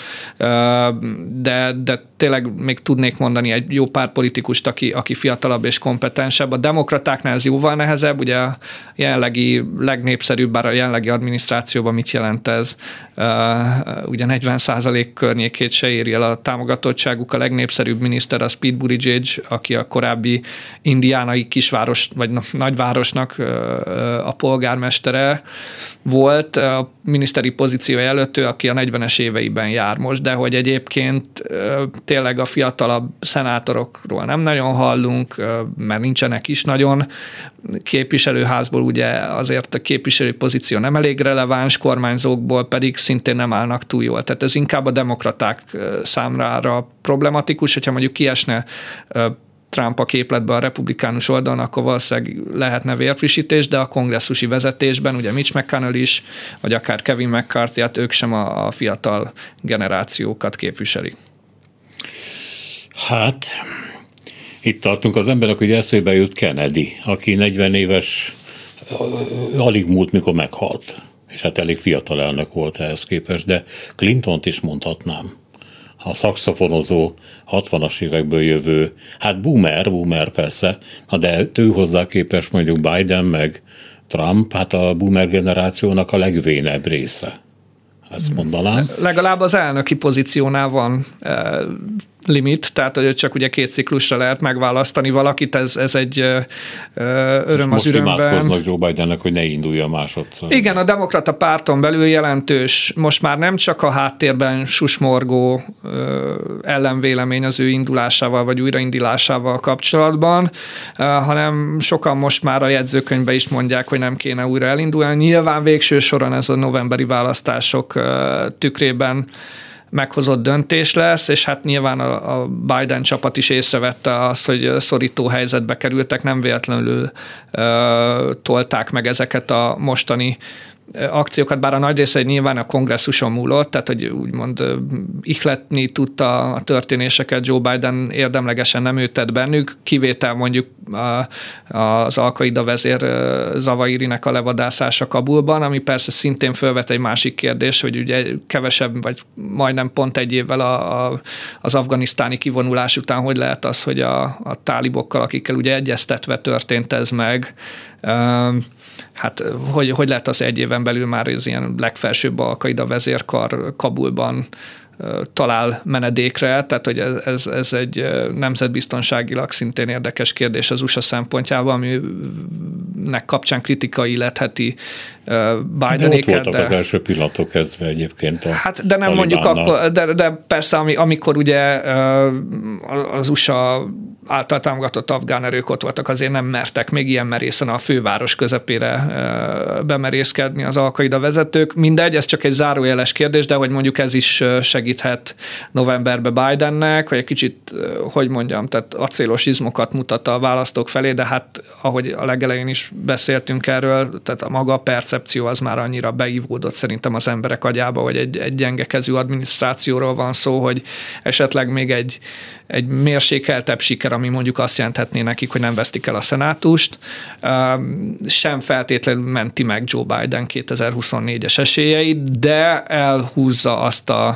de, de tényleg még tudnék mondani egy jó pár politikust, aki, aki fiatalabb és kompetensebb. A demokratáknál ez jóval nehezebb, ugye a jelenlegi legnépszerűbb, bár a jelenlegi adminisztrációban mit jelent ez? Uh, ugye negyven százalék környékét se éri el a támogatottságuk. A legnépszerűbb miniszter az Pete Buttigieg, aki a korábbi indiánai kisváros, vagy nagyvárosnak uh, a polgármestere volt. A miniszteri pozíciója előtt ő, aki a negyvenes éveiben jár most, de hogy egyébként uh, tényleg a fiatalabb szenátorokról nem nagyon hallunk, uh, mert nincsenek is nagyon. képviselőházból ugye azért a képviselő pozíció nem elég releváns, kormányzókból pedig szintén nem állnak túl jól. Tehát ez inkább a demokraták számára problematikus, hogyha mondjuk kiesne Trump a képletbe a republikánus oldalon, akkor valószínűleg lehetne vérfrissítés, de a kongresszusi vezetésben, ugye Mitch McConnell is, vagy akár Kevin McCarthy, hát ők sem a, a fiatal generációkat képviseli. Hát, itt tartunk, az emberek, hogy eszébe jut Kennedy, aki negyven éves, alig múlt, mikor meghalt. És hát elég fiatal elnök volt ehhez képest, de Clintont is mondhatnám. A szaxofonozó, hatvanas évekből jövő, hát boomer, boomer persze, de ő hozzá képest mondjuk Biden meg Trump, hát a boomer generációnak a legvénebb része. Ezt mondanám. Legalább az elnöki pozíciónál van eh, limit, tehát hogy csak ugye két ciklusra lehet megválasztani valakit, ez, ez egy eh, öröm most az ürömben. Most imádkoznak Joe Bidennek, hogy ne indulja másodszor. Igen, a demokrata párton belül jelentős, most már nem csak a háttérben susmorgó eh, ellenvélemény az ő indulásával vagy újraindulásával kapcsolatban, eh, hanem sokan most már a jegyzőkönyvben is mondják, hogy nem kéne újra elindulni. Nyilván végső soron ez a novemberi választások tükrében meghozott döntés lesz, és hát nyilván a, a Biden csapat is észrevette azt, hogy szorító helyzetbe kerültek, nem véletlenül uh, tolták meg ezeket a mostani akciókat, bár a nagy része nyilván a kongresszuson múlott, tehát hogy úgymond ihletni tudta a történéseket Joe Biden érdemlegesen nem ő tett bennük, kivétel mondjuk az Al-Qaida vezér Zawahirinek a levadászása Kabulban, ami persze szintén felvet egy másik kérdés, hogy ugye kevesebb, vagy majdnem pont egy évvel a, a, az afganisztáni kivonulás után hogy lehet az, hogy a, a tálibokkal, akikkel ugye egyeztetve történt ez meg, hát hogy, hogy lehet az egy éven belül már az ilyen legfelsőbb Al-Qaida vezérkar Kabulban talál menedékre, tehát hogy ez, ez egy nemzetbiztonságilag szintén érdekes kérdés az u es á szempontjában, aminek kapcsán kritika illetheti Bidenéket. De ott voltak de, az első pillanatok kezdve egyébként a Hát de nem mondjuk akkor, de, de persze amikor ugye az u es á által támogatott afgán erők ott voltak, azért nem mertek még ilyen merészen a főváros közepére bemerészkedni az Al-Qaida vezetők. Mindegy, ez csak egy zárójeles kérdés, de hogy mondjuk ez is segíthet novemberben Bidennek, hogy egy kicsit, hogy mondjam, tehát acélos izmokat mutat a választók felé, de hát ahogy a legelején is beszéltünk erről, tehát a maga percepció az már annyira beívódott szerintem az emberek agyába, hogy egy, egy gyengekezű adminisztrációról van szó, hogy esetleg még egy, egy mérsékeltebb siker, ami mondjuk azt jelenthetné nekik, hogy nem vesztik el a szenátust, sem feltétlenül menti meg Joe Biden kétezer-huszonnégyes esélyeit, de elhúzza azt a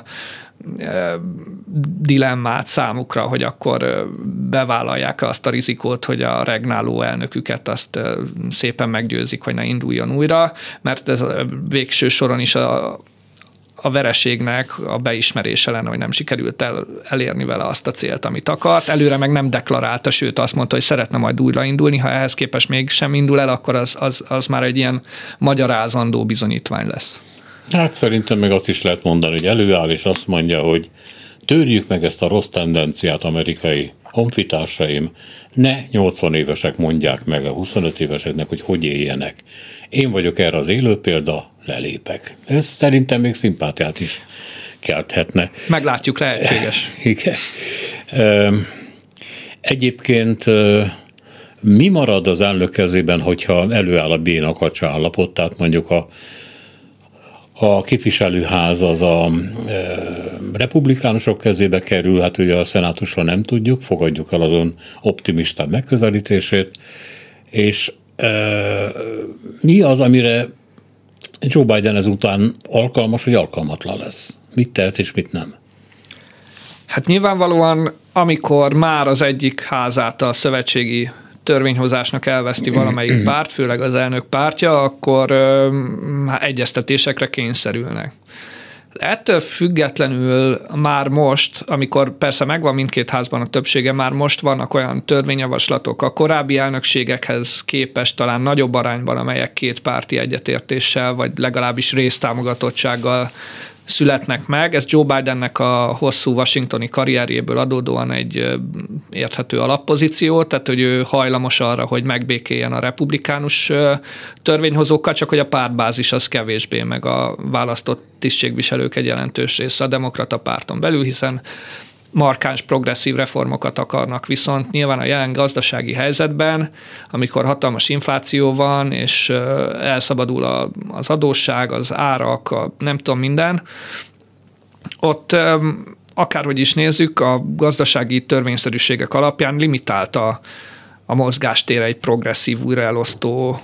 dilemmát számukra, hogy akkor bevállalják azt a rizikót, hogy a regnáló elnöküket azt szépen meggyőzik, hogy ne induljon újra, mert ez a végső soron is a a vereségnek a beismerése lenne, hogy nem sikerült el, elérni vele azt a célt, amit akart. Előre meg nem deklarálta, sőt azt mondta, hogy szeretne majd újraindulni, ha ehhez képest még sem indul el, akkor az, az, az már egy ilyen magyarázandó bizonyítvány lesz. Hát szerintem meg azt is lehet mondani, hogy előáll, és azt mondja, hogy törjük meg ezt a rossz tendenciát, amerikai honfitársaim, ne nyolcvan évesek mondják meg a huszonöt éveseknek, hogy hogy éljenek. Én vagyok erre az élő példa, lelépek. Ez szerintem még szimpátiát is kelthetne. Meglátjuk, lehetséges. Igen. Egyébként mi marad az elnök kezében, hogyha előáll a bénakacsa állapot, tehát mondjuk a A képviselőház az a e, republikánusok kezébe kerül, hát ugye a szenátusra nem tudjuk, fogadjuk el azon optimistább megközelítését, és e, mi az, amire Joe Biden ezután alkalmas, vagy alkalmatlan lesz? Mit tehet és mit nem? Hát nyilvánvalóan, amikor már az egyik házát a szövetségi törvényhozásnak elveszti valamelyik párt, főleg az elnök pártja, akkor ö, egyeztetésekre kényszerülnek. Ettől függetlenül már most, amikor persze megvan mindkét házban a többsége, már most vannak olyan törvényjavaslatok a korábbi elnökségekhez képest talán nagyobb arányban, amelyek két párti egyetértéssel, vagy legalábbis résztámogatottsággal születnek meg. Ez Joe Bidennek a hosszú washingtoni karrierjéből adódóan egy érthető alappozíció, tehát hogy ő hajlamos arra, hogy megbékéljen a republikánus törvényhozókkal, csak hogy a pártbázis az kevésbé, meg a választott tisztségviselők egy jelentős része a demokrata párton belül, hiszen markáns progresszív reformokat akarnak, viszont nyilván a jelen gazdasági helyzetben, amikor hatalmas infláció van, és elszabadul az adósság, az árak, a nem tudom minden, ott akárhogy is nézzük, a gazdasági törvényszerűségek alapján limitálta a mozgástér egy progresszív, újraelosztó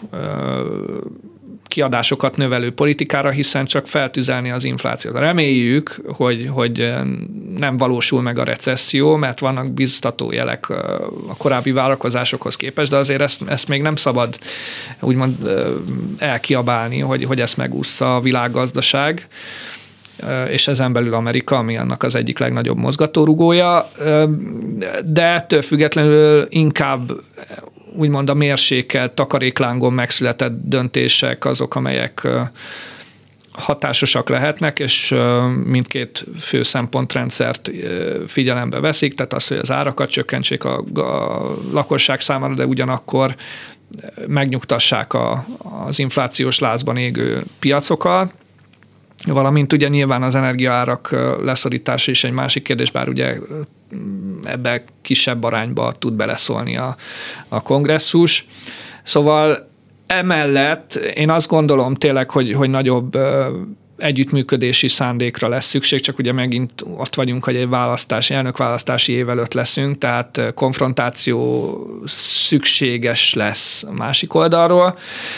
kiadásokat növelő politikára, hiszen csak feltüzelni az inflációt. Reméljük, hogy, hogy nem valósul meg a recesszió, mert vannak biztató jelek a korábbi várakozásokhoz képest, de azért ezt, ezt még nem szabad úgymond elkiabálni, hogy, hogy ezt megússza a világgazdaság, és ezen belül Amerika, ami annak az egyik legnagyobb mozgatórugója, de ettől függetlenül inkább úgymond a mérsékelt takaréklángon megszületett döntések azok, amelyek hatásosak lehetnek, és mindkét fő szempontrendszert figyelembe veszik, tehát az, hogy az árakat csökkentsék a, a lakosság számára, de ugyanakkor megnyugtassák a, az inflációs lázban égő piacokat, valamint ugye nyilván az energiaárak leszorítása is egy másik kérdés, bár ugye ebbe kisebb arányba tud beleszólni a, a kongresszus. Szóval emellett én azt gondolom tényleg, hogy, hogy nagyobb együttműködési szándékra lesz szükség, csak ugye megint ott vagyunk, hogy egy választási, elnökválasztási év előtt leszünk, tehát konfrontáció szükséges lesz a másik oldalról,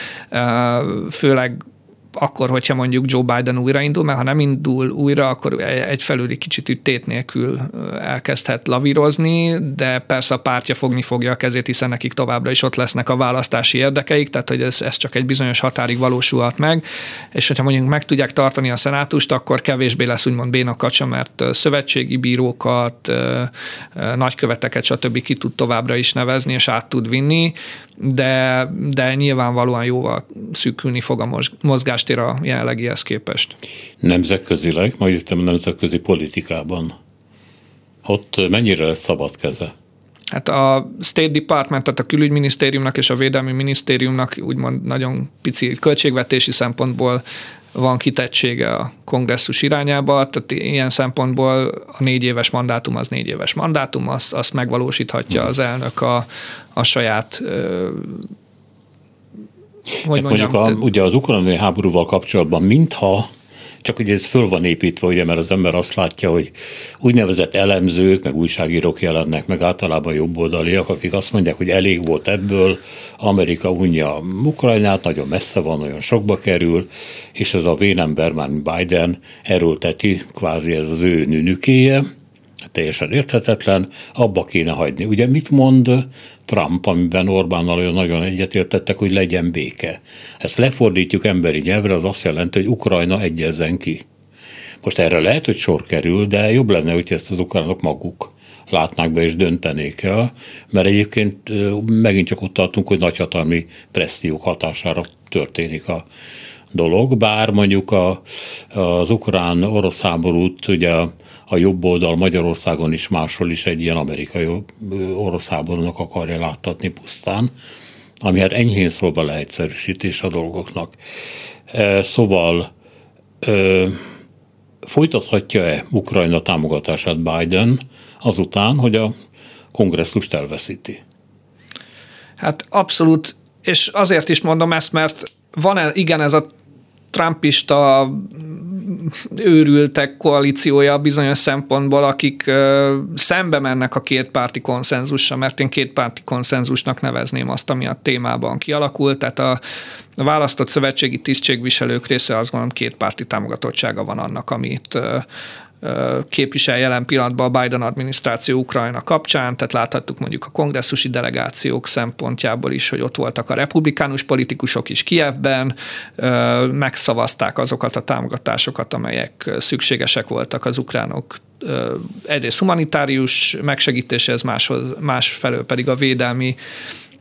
főleg akkor, hogyha mondjuk Joe Biden újraindul, mert ha nem indul újra, akkor egyfelől kicsit tét nélkül elkezdhet lavírozni, de persze a pártja fogni fogja a kezét, hiszen nekik továbbra is ott lesznek a választási érdekeik, tehát hogy ez, ez csak egy bizonyos határig valósulhat meg, és hogyha mondjuk meg tudják tartani a szenátust, akkor kevésbé lesz úgymond bénakacsa, mert szövetségi bírókat, nagyköveteket, stb. Ki tud továbbra is nevezni, és át tud vinni, de, de nyilvánvalóan jóval szűkülni fog a mozgástér a jelenlegihez képest. Nemzetközileg, majd jöttem a nemzetközi politikában, ott mennyire lesz szabad keze? Hát a State Department, tehát a külügyminisztériumnak és a védelmi minisztériumnak úgymond nagyon pici költségvetési szempontból van kitettsége a kongresszus irányába, tehát ilyen szempontból a négy éves mandátum az négy éves mandátum, azt, azt megvalósíthatja az elnök a, a saját hogy hát mondjam, mondjuk a, ugye az ukrajnai háborúval kapcsolatban mintha, csak ugye ez föl van építve, ugye, mert az ember azt látja, hogy úgynevezett elemzők, meg újságírók jelennek, meg általában jobboldaliak, akik azt mondják, hogy elég volt ebből, Amerika unja Ukrajnát, nagyon messze van, nagyon sokba kerül, és ez a vénember, már Biden erőlteti, kvázi ez az ő nünükéje, teljesen érthetetlen, abba kéne hagyni. Ugye mit mond Trump, amiben Orbánnal olyan nagyon egyetértettek, hogy legyen béke. Ezt lefordítjuk emberi nyelvre, az azt jelenti, hogy Ukrajna egyezzen ki. Most erre lehet, hogy sor kerül, de jobb lenne, hogy ezt az ukránok maguk látnák be és döntenék el, mert egyébként megint csak ott tartunk, hogy nagyhatalmi pressziók hatására történik a dolog, bár mondjuk a, az ukrán-orosz háborút ugye a jobb oldal Magyarországon is máshol is egy ilyen amerikai orosz háborúnak akarja láttatni pusztán, ami hát enyhén szólva leegyszerűsítés a dolgoknak. Szóval folytathatja-e Ukrajna támogatását Biden azután, hogy a kongresszust elveszíti? Hát abszolút, és azért is mondom ezt, mert van igen ez a trumpista őrültek koalíciója bizonyos szempontból, akik szembe mennek a kétpárti konszenzussal, mert én kétpárti konszenzusnak nevezném azt, ami a témában kialakult, tehát a, a választott szövetségi tisztségviselők része azt gondolom kétpárti támogatottsága van annak, amit képvisel jelen pillanatban a Biden adminisztráció Ukrajna kapcsán, tehát láthattuk mondjuk a kongresszusi delegációk szempontjából is, hogy ott voltak a republikánus politikusok is Kijevben, megszavazták azokat a támogatásokat, amelyek szükségesek voltak az ukránok egyrészt humanitárius megsegítéséhez, máshoz, másfelől pedig a védelmi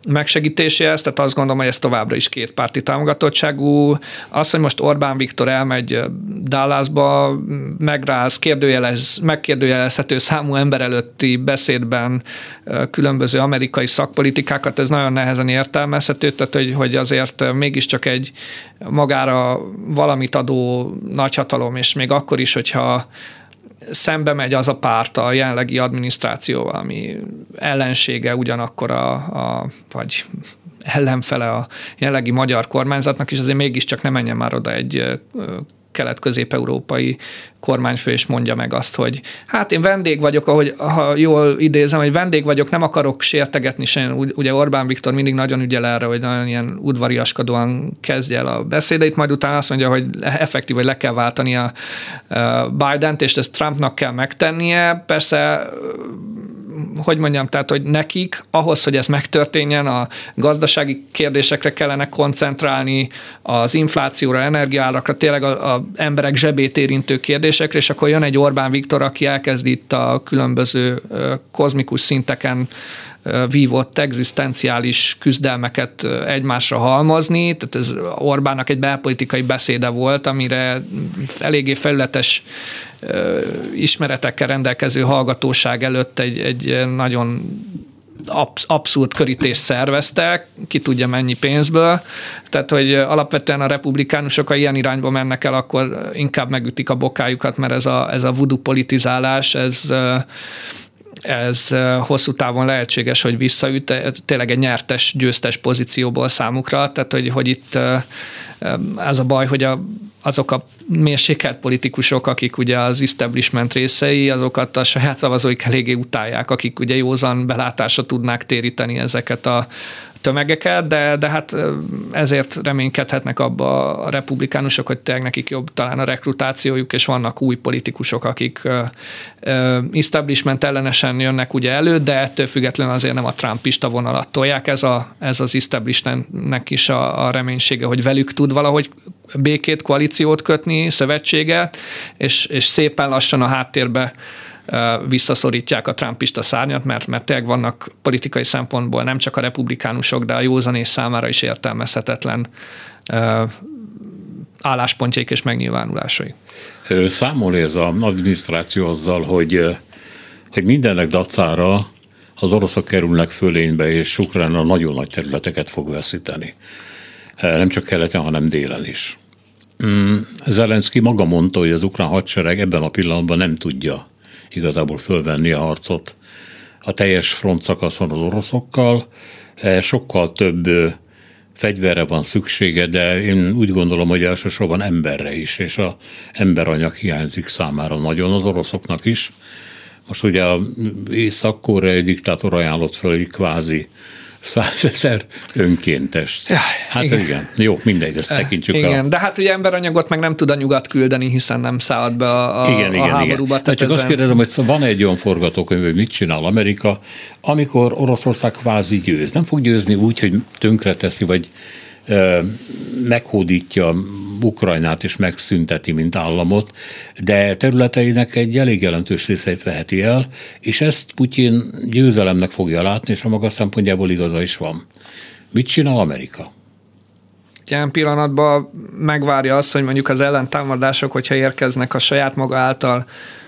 megsegítéséhez, tehát azt gondolom, hogy ez továbbra is kétpárti támogatottságú. Az, hogy most Orbán Viktor elmegy Dallasba, megráz, kérdőjelez, megkérdőjelezhető számú ember előtti beszédben különböző amerikai szakpolitikákat, ez nagyon nehezen értelmezhető, tehát hogy, hogy azért mégiscsak egy magára valamit adó nagyhatalom, és még akkor is, hogyha szembe megy az a párt a jelenlegi adminisztrációval, ami ellensége ugyanakkor a, a vagy ellenfele a jelenlegi magyar kormányzatnak, és azért mégiscsak ne menjen már oda egy kelet-közép-európai kormányfő, és mondja meg azt, hogy hát én vendég vagyok, ahogy ha jól idézem, hogy vendég vagyok, nem akarok sértegetni sem. Ugye Orbán Viktor mindig nagyon ügyel erre, hogy nagyon ilyen udvariaskodóan kezdje el a beszédeit, majd utána azt mondja, hogy effektív, hogy le kell váltani a Bident, és ezt Trumpnak kell megtennie. Persze, hogy mondjam, tehát, hogy nekik ahhoz, hogy ez megtörténjen, a gazdasági kérdésekre kellene koncentrálni, az inflációra, energiaárakra, tényleg az emberek zsebét érintő kérdésekre, és akkor jön egy Orbán Viktor, aki elkezd itt a különböző kozmikus szinteken vívott egzisztenciális küzdelmeket egymásra halmozni, tehát ez Orbánnak egy belpolitikai beszéde volt, amire eléggé felületes ismeretekkel rendelkező hallgatóság előtt egy, egy nagyon abszurd körítést szerveztek, ki tudja mennyi pénzből. Tehát, hogy alapvetően a republikánusok, ha ilyen irányba mennek el, akkor inkább megütik a bokájukat, mert ez a, ez a voodoo politizálás, ez ez hosszú távon lehetséges, hogy visszaüt, tényleg egy nyertes, győztes pozícióból számukra, tehát hogy, hogy itt ez a baj, hogy a, azok a mérsékelt politikusok, akik ugye az establishment részei, azokat a saját szavazóik eléggé utálják, akik ugye józan belátásra tudnák téríteni ezeket a tömegeket, de, de hát ezért reménykedhetnek abba a republikánusok, hogy tényleg nekik jobb talán a rekrutációjuk, és vannak új politikusok, akik uh, uh, establishment ellenesen jönnek ugye elő, de ettől függetlenül azért nem a trumpista vonalat tolják. Ez, a, ez az establishmentnek is a, a reménysége, hogy velük tud valahogy békét, koalíciót kötni, szövetséget, és, és szépen lassan a háttérbe visszaszorítják a trumpista szárnyat, mert, mert tényleg vannak politikai szempontból nem csak a republikánusok, de a józanész számára is értelmezhetetlen álláspontjaik és megnyilvánulásai. Számol ez az adminisztráció azzal, hogy, hogy mindennek dacára az oroszok kerülnek fölénybe, és Ukrajna nagyon nagy területeket fog veszíteni. Nem csak keleten, hanem délen is. Zelenszky maga mondta, hogy az ukrán hadsereg ebben a pillanatban nem tudja igazából fölvenni a harcot a teljes frontszakaszon az oroszokkal. Sokkal több fegyverre van szüksége, de én úgy gondolom, hogy elsősorban emberre is, és az emberanyag hiányzik számára nagyon az oroszoknak is. Most ugye a észak-koreai diktátor ajánlott föl egy kvázi százezer önkéntest. Hát igen. igen. Jó, mindegy, ezt tekintsük. Igen, a... de hát ugye emberanyagot meg nem tud a nyugat küldeni, hiszen nem szállt be a, a, igen, igen, a háborúba. Igen. Csak ezen... azt kérdezem, hogy van egy olyan forgatókönyv, hogy mit csinál Amerika, amikor Oroszország kvázi győz. Nem fog győzni úgy, hogy tönkreteszi, vagy ö, meghódítja Ukrajnát és megszünteti, mint államot, de területeinek egy elég jelentős részét veheti el, és ezt Putyin győzelemnek fogja látni, és a maga szempontjából igaza is van. Mit csinál Amerika? Ilyen pillanatban megvárja azt, hogy mondjuk az ellentámadások, hogyha érkeznek a saját maga által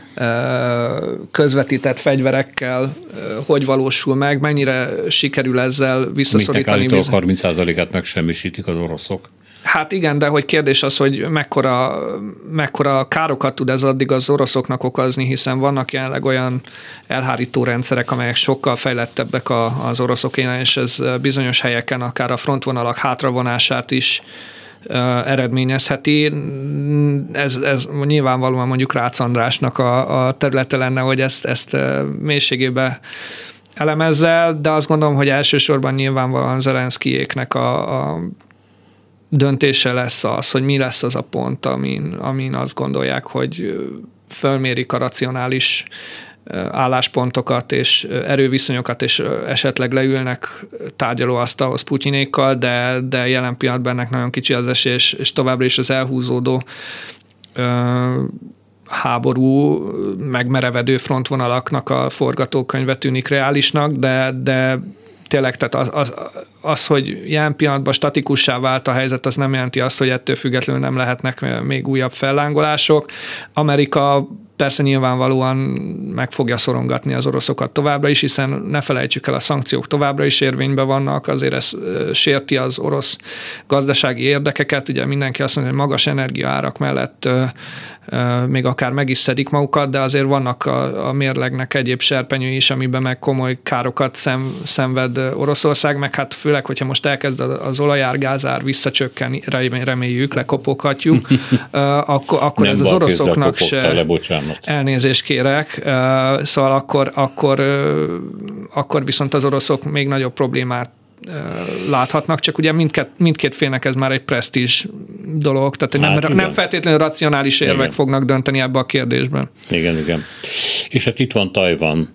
közvetített fegyverekkel, hogy valósul meg, mennyire sikerül ezzel visszaszorítani. Mindnek állítólag harminc százalékát megsemmisítik az oroszok. Hát igen, de hogy kérdés az, hogy mekkora, mekkora károkat tud ez addig az oroszoknak okozni, hiszen vannak jelenleg olyan elhárító rendszerek, amelyek sokkal fejlettebbek az oroszokénál, és ez bizonyos helyeken akár a frontvonalak hátravonását is eredményezheti. Ez, ez nyilvánvalóan mondjuk Rácz Andrásnak a, a területe lenne, hogy ezt, ezt mélységébe elemezze, de azt gondolom, hogy elsősorban nyilvánvalóan Zelenszkijéknek a, a döntése lesz az, hogy mi lesz az a pont, amin, amin azt gondolják, hogy fölmérik a racionális álláspontokat és erőviszonyokat, és esetleg leülnek tárgyalóasztalhoz Putyinékkal, de, de jelen pillanatban ennek nagyon kicsi az esély, és, és továbbra is az elhúzódó ö, háború, megmerevedő frontvonalaknak a forgatókönyve tűnik reálisnak, de, de tényleg, tehát az, az, az, hogy jelen pillanatban statikussá vált a helyzet, az nem jelenti azt, hogy ettől függetlenül nem lehetnek még újabb fellángolások. Amerika persze nyilvánvalóan meg fogja szorongatni az oroszokat továbbra is, hiszen ne felejtsük el, a szankciók továbbra is érvényben vannak, azért ez sérti az orosz gazdasági érdekeket. Ugye mindenki azt mondja, hogy magas energiaárak mellett még akár meg is szedik magukat, de azért vannak a, a mérlegnek egyéb serpenyői is, amiben meg komoly károkat szem, szenved Oroszország, meg hát főleg, hogyha most elkezd az olajár, gázár visszacsökkenni, reméljük, lekopoghatjuk, akkor, akkor ez az oroszoknak se... Le, elnézést kérek, szóval akkor, akkor, akkor viszont az oroszok még nagyobb problémát láthatnak, csak ugye mindkét, mindkét félnek ez már egy presztízs dolog, tehát hát nem, nem feltétlenül racionális érvek igen. fognak dönteni ebbe a kérdésben. Igen, igen. És hát itt van Tajvan.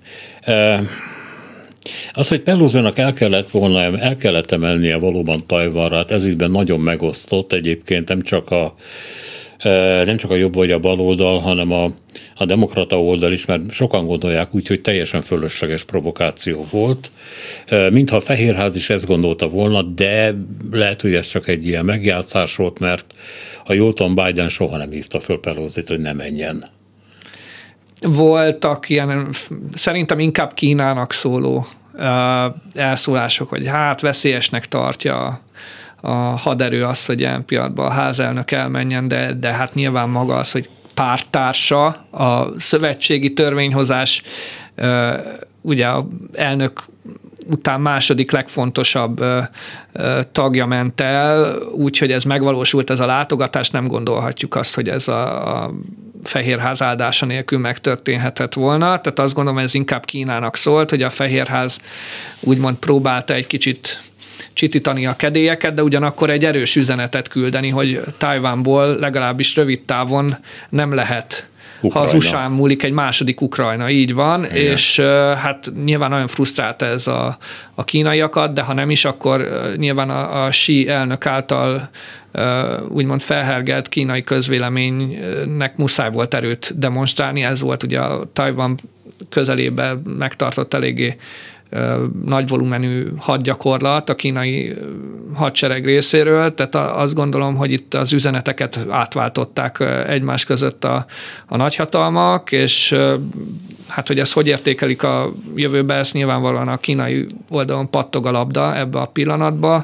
Az, hogy Pelósinak el kellett volna, el kellett emelnie valóban Tajvanra, hát ez ígyben nagyon megosztott egyébként, nem csak a nem csak a jobb vagy a bal oldal, hanem a, a demokrata oldal is, mert sokan gondolják úgy, hogy teljesen fölösleges provokáció volt. Mintha a Fehérház is ezt gondolta volna, de lehet, hogy ez csak egy ilyen megjátszás volt, mert a jól tudom, Biden soha nem hívta föl Pelosit, hogy ne menjen. Voltak ilyen, szerintem inkább Kínának szóló elszólások, hogy hát veszélyesnek tartja a haderő azt, hogy ilyen pillanatban a házelnök elmenjen, de, de hát nyilván maga az, hogy párttársa, a szövetségi törvényhozás ugye a elnök után második legfontosabb tagja ment el, úgyhogy ez megvalósult ez a látogatás, nem gondolhatjuk azt, hogy ez a, a Fehérház áldása nélkül megtörténhetett volna. Tehát azt gondolom, ez inkább Kínának szólt, hogy a Fehérház úgymond próbálta egy kicsit csitítani a kedélyeket, de ugyanakkor egy erős üzenetet küldeni, hogy Tajvánból legalábbis rövid távon nem lehet, Ukrajna. Ha az u es á-n múlik, egy második Ukrajna, így van, igen. És uh, hát nyilván nagyon frusztrálta ez a, a kínaiakat, de ha nem is, akkor uh, nyilván a, a Xi elnök által uh, úgymond felhergelt kínai közvéleménynek muszáj volt erőt demonstrálni, ez volt ugye a Tajvan közelében megtartott eléggé nagy volumenű hadgyakorlat a kínai hadsereg részéről, tehát azt gondolom, hogy itt az üzeneteket átváltották egymás között a, a nagyhatalmak, és hát, hogy ezt hogy értékelik a jövőben, ezt nyilvánvalóan a kínai oldalon pattog a labda ebbe a pillanatba.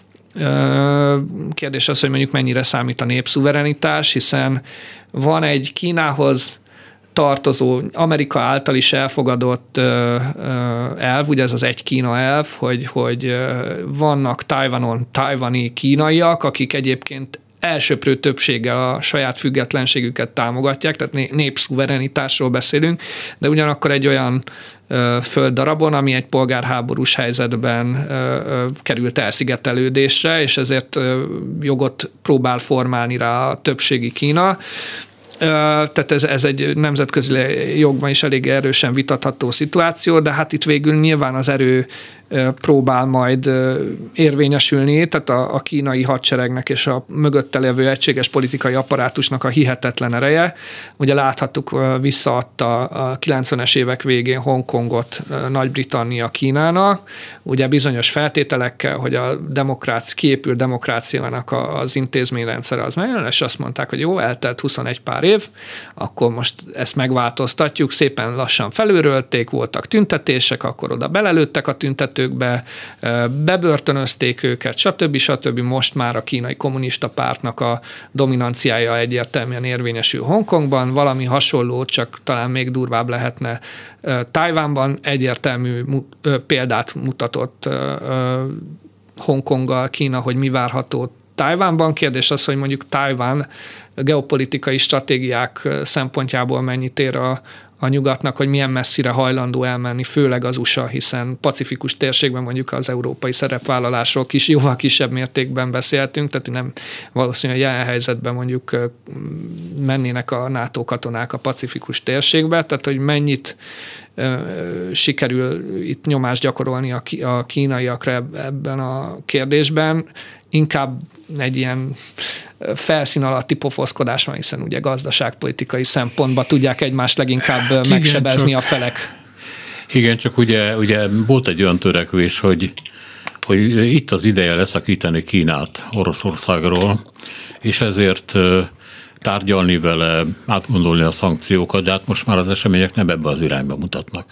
Kérdés az, hogy mondjuk mennyire számít a népszuverenitás, hiszen van egy Kínához tartozó, Amerika által is elfogadott elv, ugye ez az egy Kína elv, hogy, hogy vannak Tajvanon tajvani kínaiak, akik egyébként elsöprő többséggel a saját függetlenségüket támogatják, tehát népszuverenitásról beszélünk, de ugyanakkor egy olyan földdarabon, ami egy polgárháborús helyzetben került elszigetelődésre, és ezért jogot próbál formálni rá a többségi Kína. Tehát ez, ez egy nemzetközi jogban is elég erősen vitatható szituáció, de hát itt végül nyilván az erő próbál majd érvényesülni, tehát a, a kínai hadseregnek és a mögötte lévő egységes politikai apparátusnak a hihetetlen ereje. Ugye láthattuk, visszaadta a kilencvenes évek végén Hongkongot Nagy-Britannia Kínának, ugye bizonyos feltételekkel, hogy a demokrácia, kiépült demokráciának az intézményrendszere az megjön, és azt mondták, hogy jó, eltelt huszonegy pár év, akkor most ezt megváltoztatjuk, szépen lassan felülrölték, voltak tüntetések, akkor oda belelőttek a tüntetések, be, bebörtönözték őket, stb. stb. Most már a kínai kommunista pártnak a dominanciája egyértelműen érvényesül Hongkongban, valami hasonló, csak talán még durvább lehetne Tajvánban, egyértelmű példát mutatott Hongkonggal Kína, hogy mi várható Tajvánban. Kérdés az, hogy mondjuk Tajván geopolitikai stratégiák szempontjából mennyit ér a a nyugatnak, hogy milyen messzire hajlandó elmenni, főleg az u es á, hiszen pacifikus térségben mondjuk az európai szerepvállalásról kis, jóval kisebb mértékben beszéltünk, tehát nem valószínűleg jelen helyzetben mondjuk mennének a NATO katonák a pacifikus térségbe, tehát hogy mennyit sikerül itt nyomást gyakorolni a kínaiakra ebben a kérdésben, inkább egy ilyen felszín alatti pofoszkodás van, hiszen ugye gazdaságpolitikai szempontban tudják egymást leginkább hát, megsebezni igen, a felek. Igen, csak ugye, ugye volt egy olyan törekvés, hogy, hogy itt az ideje leszakítani Kínát Oroszországról, és ezért tárgyalni vele, átgondolni a szankciókat, de hát most már az események nem ebbe az irányba mutatnak.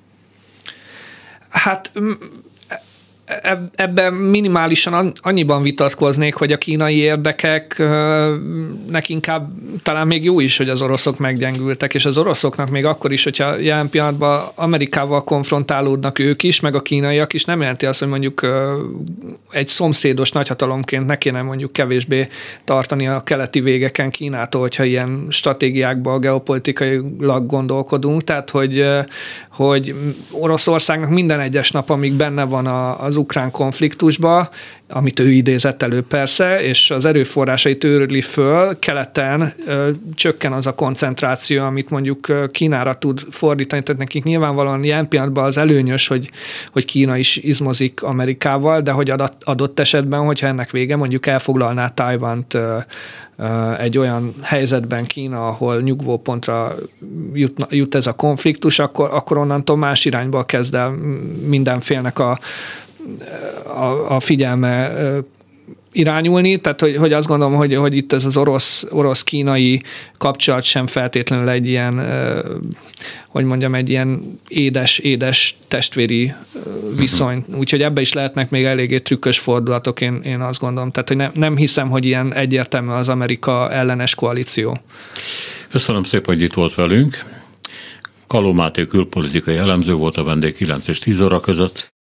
Hát ebben minimálisan annyiban vitatkoznék, hogy a kínai érdekeknek inkább talán még jó is, hogy az oroszok meggyengültek, és az oroszoknak még akkor is, hogyha jelen pillanatban Amerikával konfrontálódnak ők is, meg a kínaiak is, nem jelenti azt, hogy mondjuk egy szomszédos nagyhatalomként ne kéne mondjuk kevésbé tartani a keleti végeken Kínától, hogyha ilyen stratégiákban geopolitikailag gondolkodunk, tehát hogy, hogy Oroszországnak minden egyes nap, amíg benne van az ukrán konfliktusba, amit ő idézett elő persze, és az erőforrásait őrli föl, keleten ö, csökken az a koncentráció, amit mondjuk Kínára tud fordítani, tehát nekik nyilvánvalóan ilyen pillanatban az előnyös, hogy, hogy Kína is izmozik Amerikával, de hogy adott, adott esetben, hogyha ennek vége, mondjuk elfoglalná Tajvant ö, ö, egy olyan helyzetben Kína, ahol nyugvópontra jut, jut ez a konfliktus, akkor, akkor onnantól más irányba kezd el mindenfélnek a A, a figyelme irányulni, tehát hogy, hogy azt gondolom, hogy, hogy itt ez az orosz, orosz-kínai kapcsolat sem feltétlenül egy ilyen, hogy mondjam, egy ilyen édes, édes testvéri viszony, úgyhogy ebbe is lehetnek még eléggé trükkös fordulatok, én, én azt gondolom. Tehát, hogy ne, nem hiszem, hogy ilyen egyértelmű az Amerika ellenes koalíció. Köszönöm szépen, hogy itt volt velünk. Kaló Máté külpolitikai elemző volt a vendég kilenc és tíz óra között.